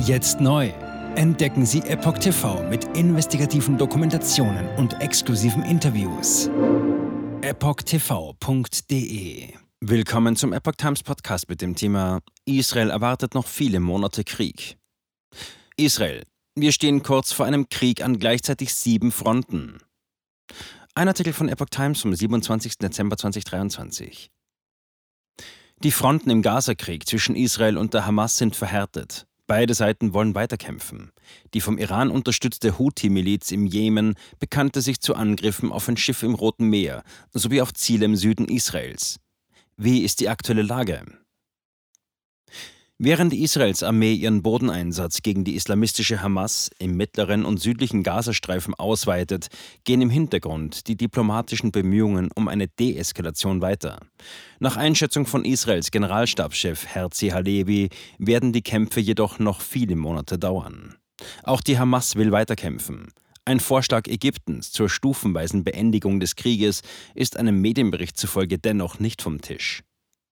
Jetzt neu. Entdecken Sie Epoch TV mit investigativen Dokumentationen und exklusiven Interviews. EpochTV.de. Willkommen zum Epoch Times Podcast mit dem Thema Israel erwartet noch viele Monate Krieg. Israel. Wir stehen kurz vor einem Krieg an gleichzeitig 7 Fronten. Ein Artikel von Epoch Times vom 27. Dezember 2023. Die Fronten im Gazakrieg zwischen Israel und der Hamas sind verhärtet. Beide Seiten wollen weiterkämpfen. Die vom Iran unterstützte Houthi-Miliz im Jemen bekannte sich zu Angriffen auf ein Schiff im Roten Meer sowie auf Ziele im Süden Israels. Wie ist die aktuelle Lage? Während Israels Armee ihren Bodeneinsatz gegen die islamistische Hamas im mittleren und südlichen Gazastreifen ausweitet, gehen im Hintergrund die diplomatischen Bemühungen um eine Deeskalation weiter. Nach Einschätzung von Israels Generalstabschef Herzi Halevi werden die Kämpfe jedoch noch viele Monate dauern. Auch die Hamas will weiterkämpfen. Ein Vorschlag Ägyptens zur stufenweisen Beendigung des Krieges ist einem Medienbericht zufolge dennoch nicht vom Tisch.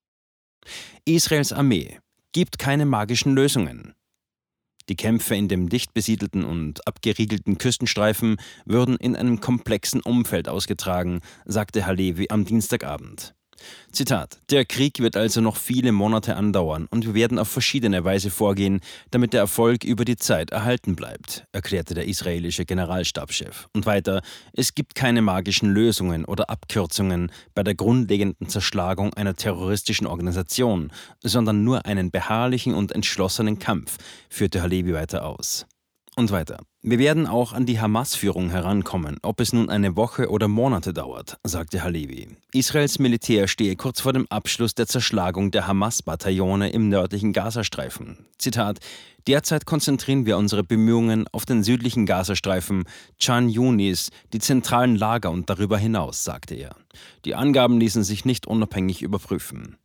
Israels Armee gibt keine magischen Lösungen. Die Kämpfe in dem dicht besiedelten und abgeriegelten Küstenstreifen würden in einem komplexen Umfeld ausgetragen, sagte Halevi am Dienstagabend. Zitat: Der Krieg wird also noch viele Monate andauern und wir werden auf verschiedene Weise vorgehen, damit der Erfolg über die Zeit erhalten bleibt, erklärte der israelische Generalstabschef. Und weiter: Es gibt keine magischen Lösungen oder Abkürzungen bei der grundlegenden Zerschlagung einer terroristischen Organisation, sondern nur einen beharrlichen und entschlossenen Kampf, führte Halevi weiter aus. Und weiter: Wir werden auch an die Hamas-Führung herankommen, ob es nun eine Woche oder Monate dauert, sagte Halevi. Israels Militär stehe kurz vor dem Abschluss der Zerschlagung der Hamas-Bataillone im nördlichen Gazastreifen. Zitat: Derzeit konzentrieren wir unsere Bemühungen auf den südlichen Gazastreifen, Khan Yunis, die zentralen Lager und darüber hinaus, sagte er. Die Angaben ließen sich nicht unabhängig überprüfen.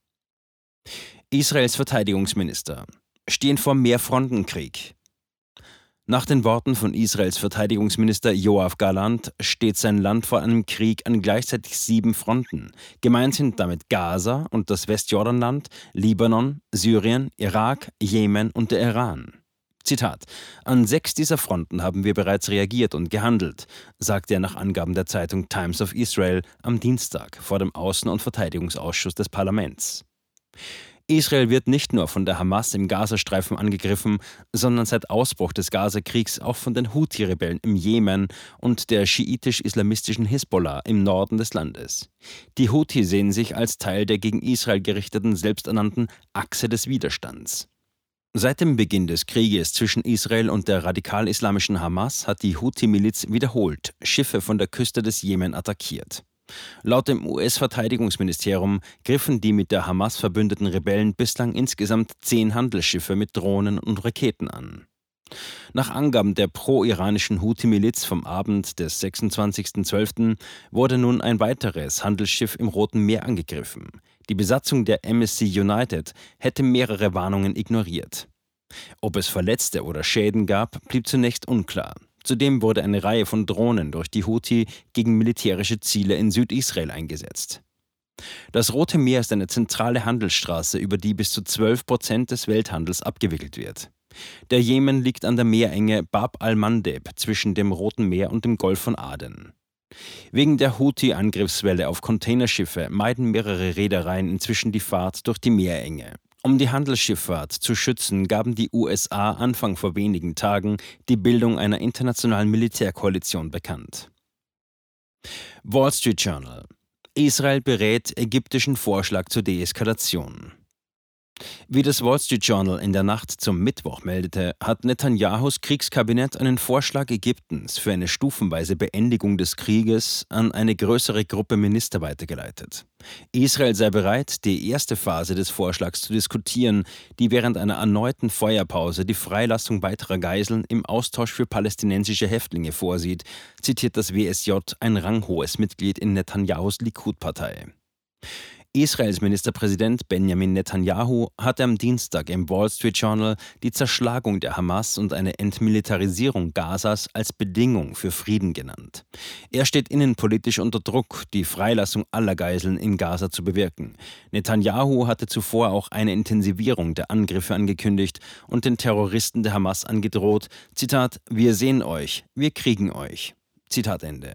Israels Verteidigungsminister stehen vor Mehrfrontenkrieg. Nach den Worten von Israels Verteidigungsminister Yoav Gallant steht sein Land vor einem Krieg an gleichzeitig 7 Fronten. Gemeint sind damit Gaza und das Westjordanland, Libanon, Syrien, Irak, Jemen und der Iran. Zitat: An 6 dieser Fronten haben wir bereits reagiert und gehandelt, sagte er nach Angaben der Zeitung Times of Israel am Dienstag vor dem Außen- und Verteidigungsausschuss des Parlaments. Israel wird nicht nur von der Hamas im Gazastreifen angegriffen, sondern seit Ausbruch des Gazakriegs auch von den Houthi-Rebellen im Jemen und der schiitisch-islamistischen Hisbollah im Norden des Landes. Die Houthi sehen sich als Teil der gegen Israel gerichteten selbsternannten Achse des Widerstands. Seit dem Beginn des Krieges zwischen Israel und der radikal-islamischen Hamas hat die Houthi-Miliz wiederholt Schiffe von der Küste des Jemen attackiert. Laut dem US-Verteidigungsministerium griffen die mit der Hamas verbündeten Rebellen bislang insgesamt 10 Handelsschiffe mit Drohnen und Raketen an. Nach Angaben der pro-iranischen Houthi-Miliz vom Abend des 26.12. wurde nun ein weiteres Handelsschiff im Roten Meer angegriffen. Die Besatzung der MSC United hätte mehrere Warnungen ignoriert. Ob es Verletzte oder Schäden gab, blieb zunächst unklar. Zudem wurde eine Reihe von Drohnen durch die Houthi gegen militärische Ziele in Südisrael eingesetzt. Das Rote Meer ist eine zentrale Handelsstraße, über die bis zu 12% des Welthandels abgewickelt wird. Der Jemen liegt an der Meerenge Bab al-Mandeb zwischen dem Roten Meer und dem Golf von Aden. Wegen der Houthi-Angriffswelle auf Containerschiffe meiden mehrere Reedereien inzwischen die Fahrt durch die Meerenge. Um die Handelsschifffahrt zu schützen, gaben die USA Anfang vor wenigen Tagen die Bildung einer internationalen Militärkoalition bekannt. Wall Street Journal: Israel berät ägyptischen Vorschlag zur Deeskalation. Wie das Wall Street Journal in der Nacht zum Mittwoch meldete, hat Netanyahus Kriegskabinett einen Vorschlag Ägyptens für eine stufenweise Beendigung des Krieges an eine größere Gruppe Minister weitergeleitet. Israel sei bereit, die erste Phase des Vorschlags zu diskutieren, die während einer erneuten Feuerpause die Freilassung weiterer Geiseln im Austausch für palästinensische Häftlinge vorsieht, zitiert das WSJ ein ranghohes Mitglied in Netanyahus Likud-Partei. Israels Ministerpräsident Benjamin Netanyahu hatte am Dienstag im Wall Street Journal die Zerschlagung der Hamas und eine Entmilitarisierung Gazas als Bedingung für Frieden genannt. Er steht innenpolitisch unter Druck, die Freilassung aller Geiseln in Gaza zu bewirken. Netanyahu hatte zuvor auch eine Intensivierung der Angriffe angekündigt und den Terroristen der Hamas angedroht, Zitat, wir sehen euch, wir kriegen euch. Zitat Ende.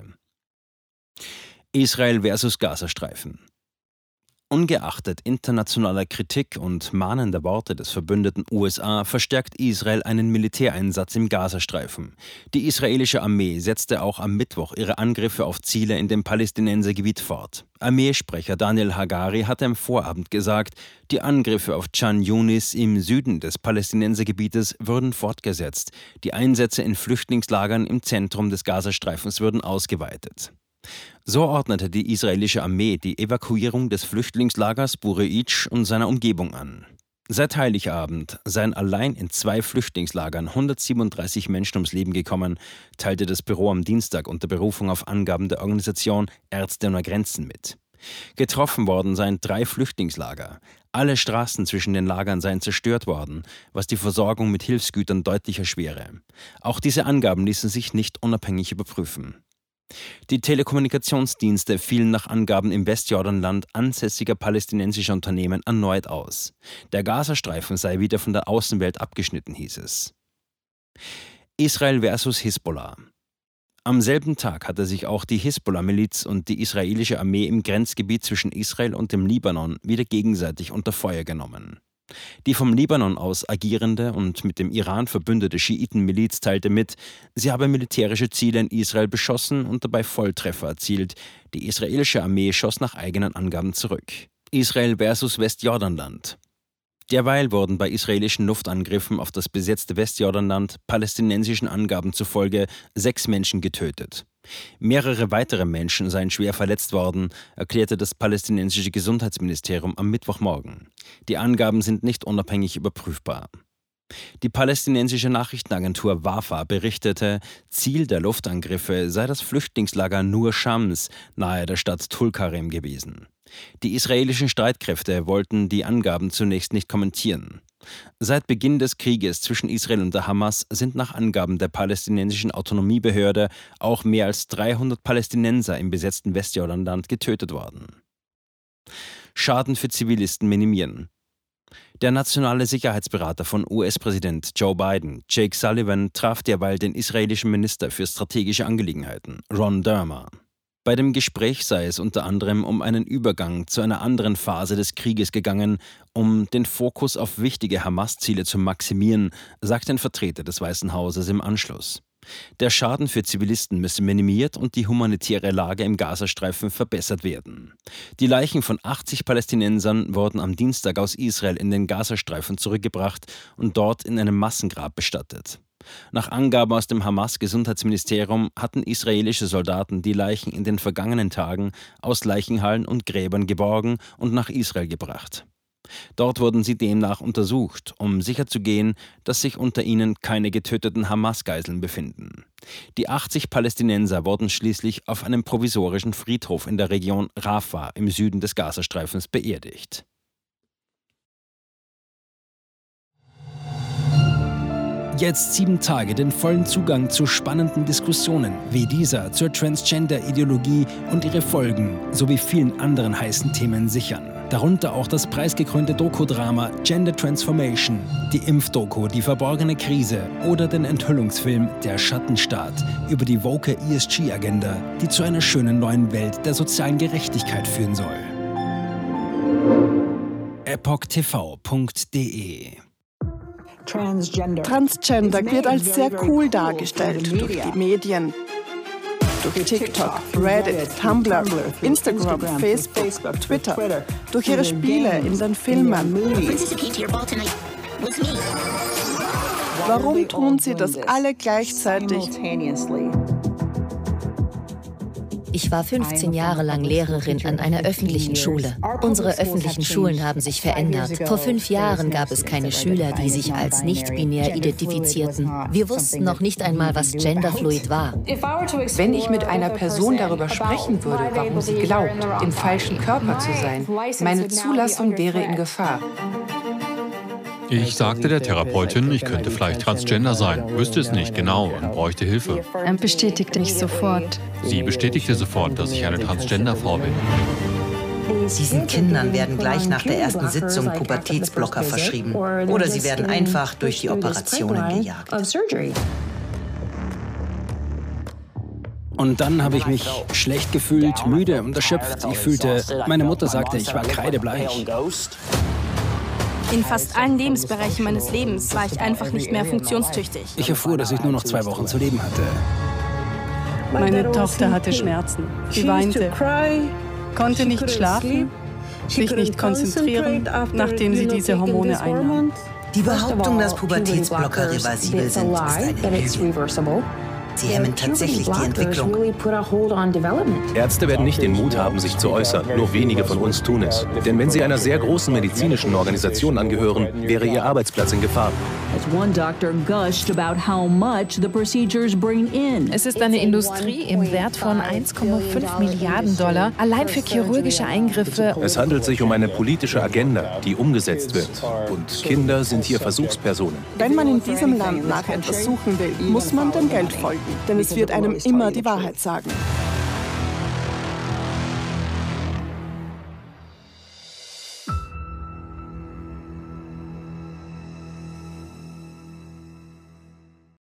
Israel versus Gazastreifen. Ungeachtet internationaler Kritik und mahnender Worte des verbündeten USA verstärkt Israel einen Militäreinsatz im Gazastreifen. Die israelische Armee setzte auch am Mittwoch ihre Angriffe auf Ziele in dem Palästinensergebiet fort. Armeesprecher Daniel Hagari hatte am Vorabend gesagt, die Angriffe auf Khan Yunis im Süden des Palästinensergebietes würden fortgesetzt. Die Einsätze in Flüchtlingslagern im Zentrum des Gazastreifens würden ausgeweitet. So ordnete die israelische Armee die Evakuierung des Flüchtlingslagers Bureij und seiner Umgebung an. Seit Heiligabend seien allein in 2 Flüchtlingslagern 137 Menschen ums Leben gekommen, teilte das Büro am Dienstag unter Berufung auf Angaben der Organisation Ärzte ohne Grenzen mit. Getroffen worden seien 3 Flüchtlingslager. Alle Straßen zwischen den Lagern seien zerstört worden, was die Versorgung mit Hilfsgütern deutlich erschwere. Auch diese Angaben ließen sich nicht unabhängig überprüfen. Die Telekommunikationsdienste fielen nach Angaben im Westjordanland ansässiger palästinensischer Unternehmen erneut aus. Der Gazastreifen sei wieder von der Außenwelt abgeschnitten, hieß es. Israel versus Hisbollah. Am selben Tag hatte sich auch die Hisbollah-Miliz und die israelische Armee im Grenzgebiet zwischen Israel und dem Libanon wieder gegenseitig unter Feuer genommen. Die vom Libanon aus agierende und mit dem Iran verbündete Schiitenmiliz teilte mit, sie habe militärische Ziele in Israel beschossen und dabei Volltreffer erzielt. Die israelische Armee schoss nach eigenen Angaben zurück. Israel versus Westjordanland. Derweil wurden bei israelischen Luftangriffen auf das besetzte Westjordanland palästinensischen Angaben zufolge 6 Menschen getötet. Mehrere weitere Menschen seien schwer verletzt worden, erklärte das palästinensische Gesundheitsministerium am Mittwochmorgen. Die Angaben sind nicht unabhängig überprüfbar. Die palästinensische Nachrichtenagentur Wafa berichtete, Ziel der Luftangriffe sei das Flüchtlingslager Nur Shams nahe der Stadt Tulkarem gewesen. Die israelischen Streitkräfte wollten die Angaben zunächst nicht kommentieren. Seit Beginn des Krieges zwischen Israel und der Hamas sind nach Angaben der palästinensischen Autonomiebehörde auch mehr als 300 Palästinenser im besetzten Westjordanland getötet worden. Schaden für Zivilisten minimieren. Der nationale Sicherheitsberater von US-Präsident Joe Biden, Jake Sullivan, traf derweil den israelischen Minister für strategische Angelegenheiten, Ron Dermer. Bei dem Gespräch sei es unter anderem um einen Übergang zu einer anderen Phase des Krieges gegangen, um den Fokus auf wichtige Hamas-Ziele zu maximieren, sagte ein Vertreter des Weißen Hauses im Anschluss. Der Schaden für Zivilisten müsse minimiert und die humanitäre Lage im Gazastreifen verbessert werden. Die Leichen von 80 Palästinensern wurden am Dienstag aus Israel in den Gazastreifen zurückgebracht und dort in einem Massengrab bestattet. Nach Angaben aus dem Hamas-Gesundheitsministerium hatten israelische Soldaten die Leichen in den vergangenen Tagen aus Leichenhallen und Gräbern geborgen und nach Israel gebracht. Dort wurden sie demnach untersucht, um sicherzugehen, dass sich unter ihnen keine getöteten Hamas-Geiseln befinden. Die 80 Palästinenser wurden schließlich auf einem provisorischen Friedhof in der Region Rafah im Süden des Gazastreifens beerdigt. Jetzt 7 Tage den vollen Zugang zu spannenden Diskussionen wie dieser zur Transgender-Ideologie und ihre Folgen sowie vielen anderen heißen Themen sichern. Darunter auch das preisgekrönte Doku-Drama Gender Transformation, die Impfdoku Die verborgene Krise oder den Enthüllungsfilm Der Schattenstaat über die woke ESG-Agenda, die zu einer schönen neuen Welt der sozialen Gerechtigkeit führen soll. epochtv.de Transgender wird als sehr cool dargestellt durch die Medien, durch TikTok, Reddit, Tumblr, Instagram, Facebook, Twitter, durch ihre Spiele in den Filmen. Warum tun sie das alle gleichzeitig? Ich war 15 Jahre lang Lehrerin an einer öffentlichen Schule. Unsere öffentlichen Schulen haben sich verändert. Vor 5 Jahren gab es keine Schüler, die sich als nicht-binär identifizierten. Wir wussten noch nicht einmal, was genderfluid war. Wenn ich mit einer Person darüber sprechen würde, warum sie glaubt, im falschen Körper zu sein, meine Zulassung wäre in Gefahr. Ich sagte der Therapeutin, ich könnte vielleicht transgender sein, wüsste es nicht genau und bräuchte Hilfe. Er bestätigte mich sofort. Sie bestätigte sofort, dass ich eine Transgender-Frau bin. Diesen Kindern werden gleich nach der ersten Sitzung Pubertätsblocker verschrieben. Oder sie werden einfach durch die Operationen gejagt. Und dann habe ich mich schlecht gefühlt, müde und erschöpft. Ich fühlte, meine Mutter sagte, ich war kreidebleich. In fast allen Lebensbereichen meines Lebens war ich einfach nicht mehr funktionstüchtig. Ich erfuhr, dass ich nur noch 2 Wochen zu leben hatte. Meine Tochter hatte Schmerzen. Sie weinte, konnte nicht schlafen, sich nicht konzentrieren, nachdem sie diese Hormone einnahm. Die Behauptung, dass Pubertätsblocker reversibel sind, ist eine Lüge. Sie hemmen tatsächlich die Entwicklung. Ärzte werden nicht den Mut haben, sich zu äußern. Nur wenige von uns tun es. Denn wenn sie einer sehr großen medizinischen Organisation angehören, wäre ihr Arbeitsplatz in Gefahr. Es ist eine Industrie im Wert von 1,5 Milliarden Dollar allein für chirurgische Eingriffe. Es handelt sich um eine politische Agenda, die umgesetzt wird. Und Kinder sind hier Versuchspersonen. Wenn man in diesem Land nach etwas suchen will, muss man dem Geld folgen. Denn es wird einem immer die Wahrheit sagen.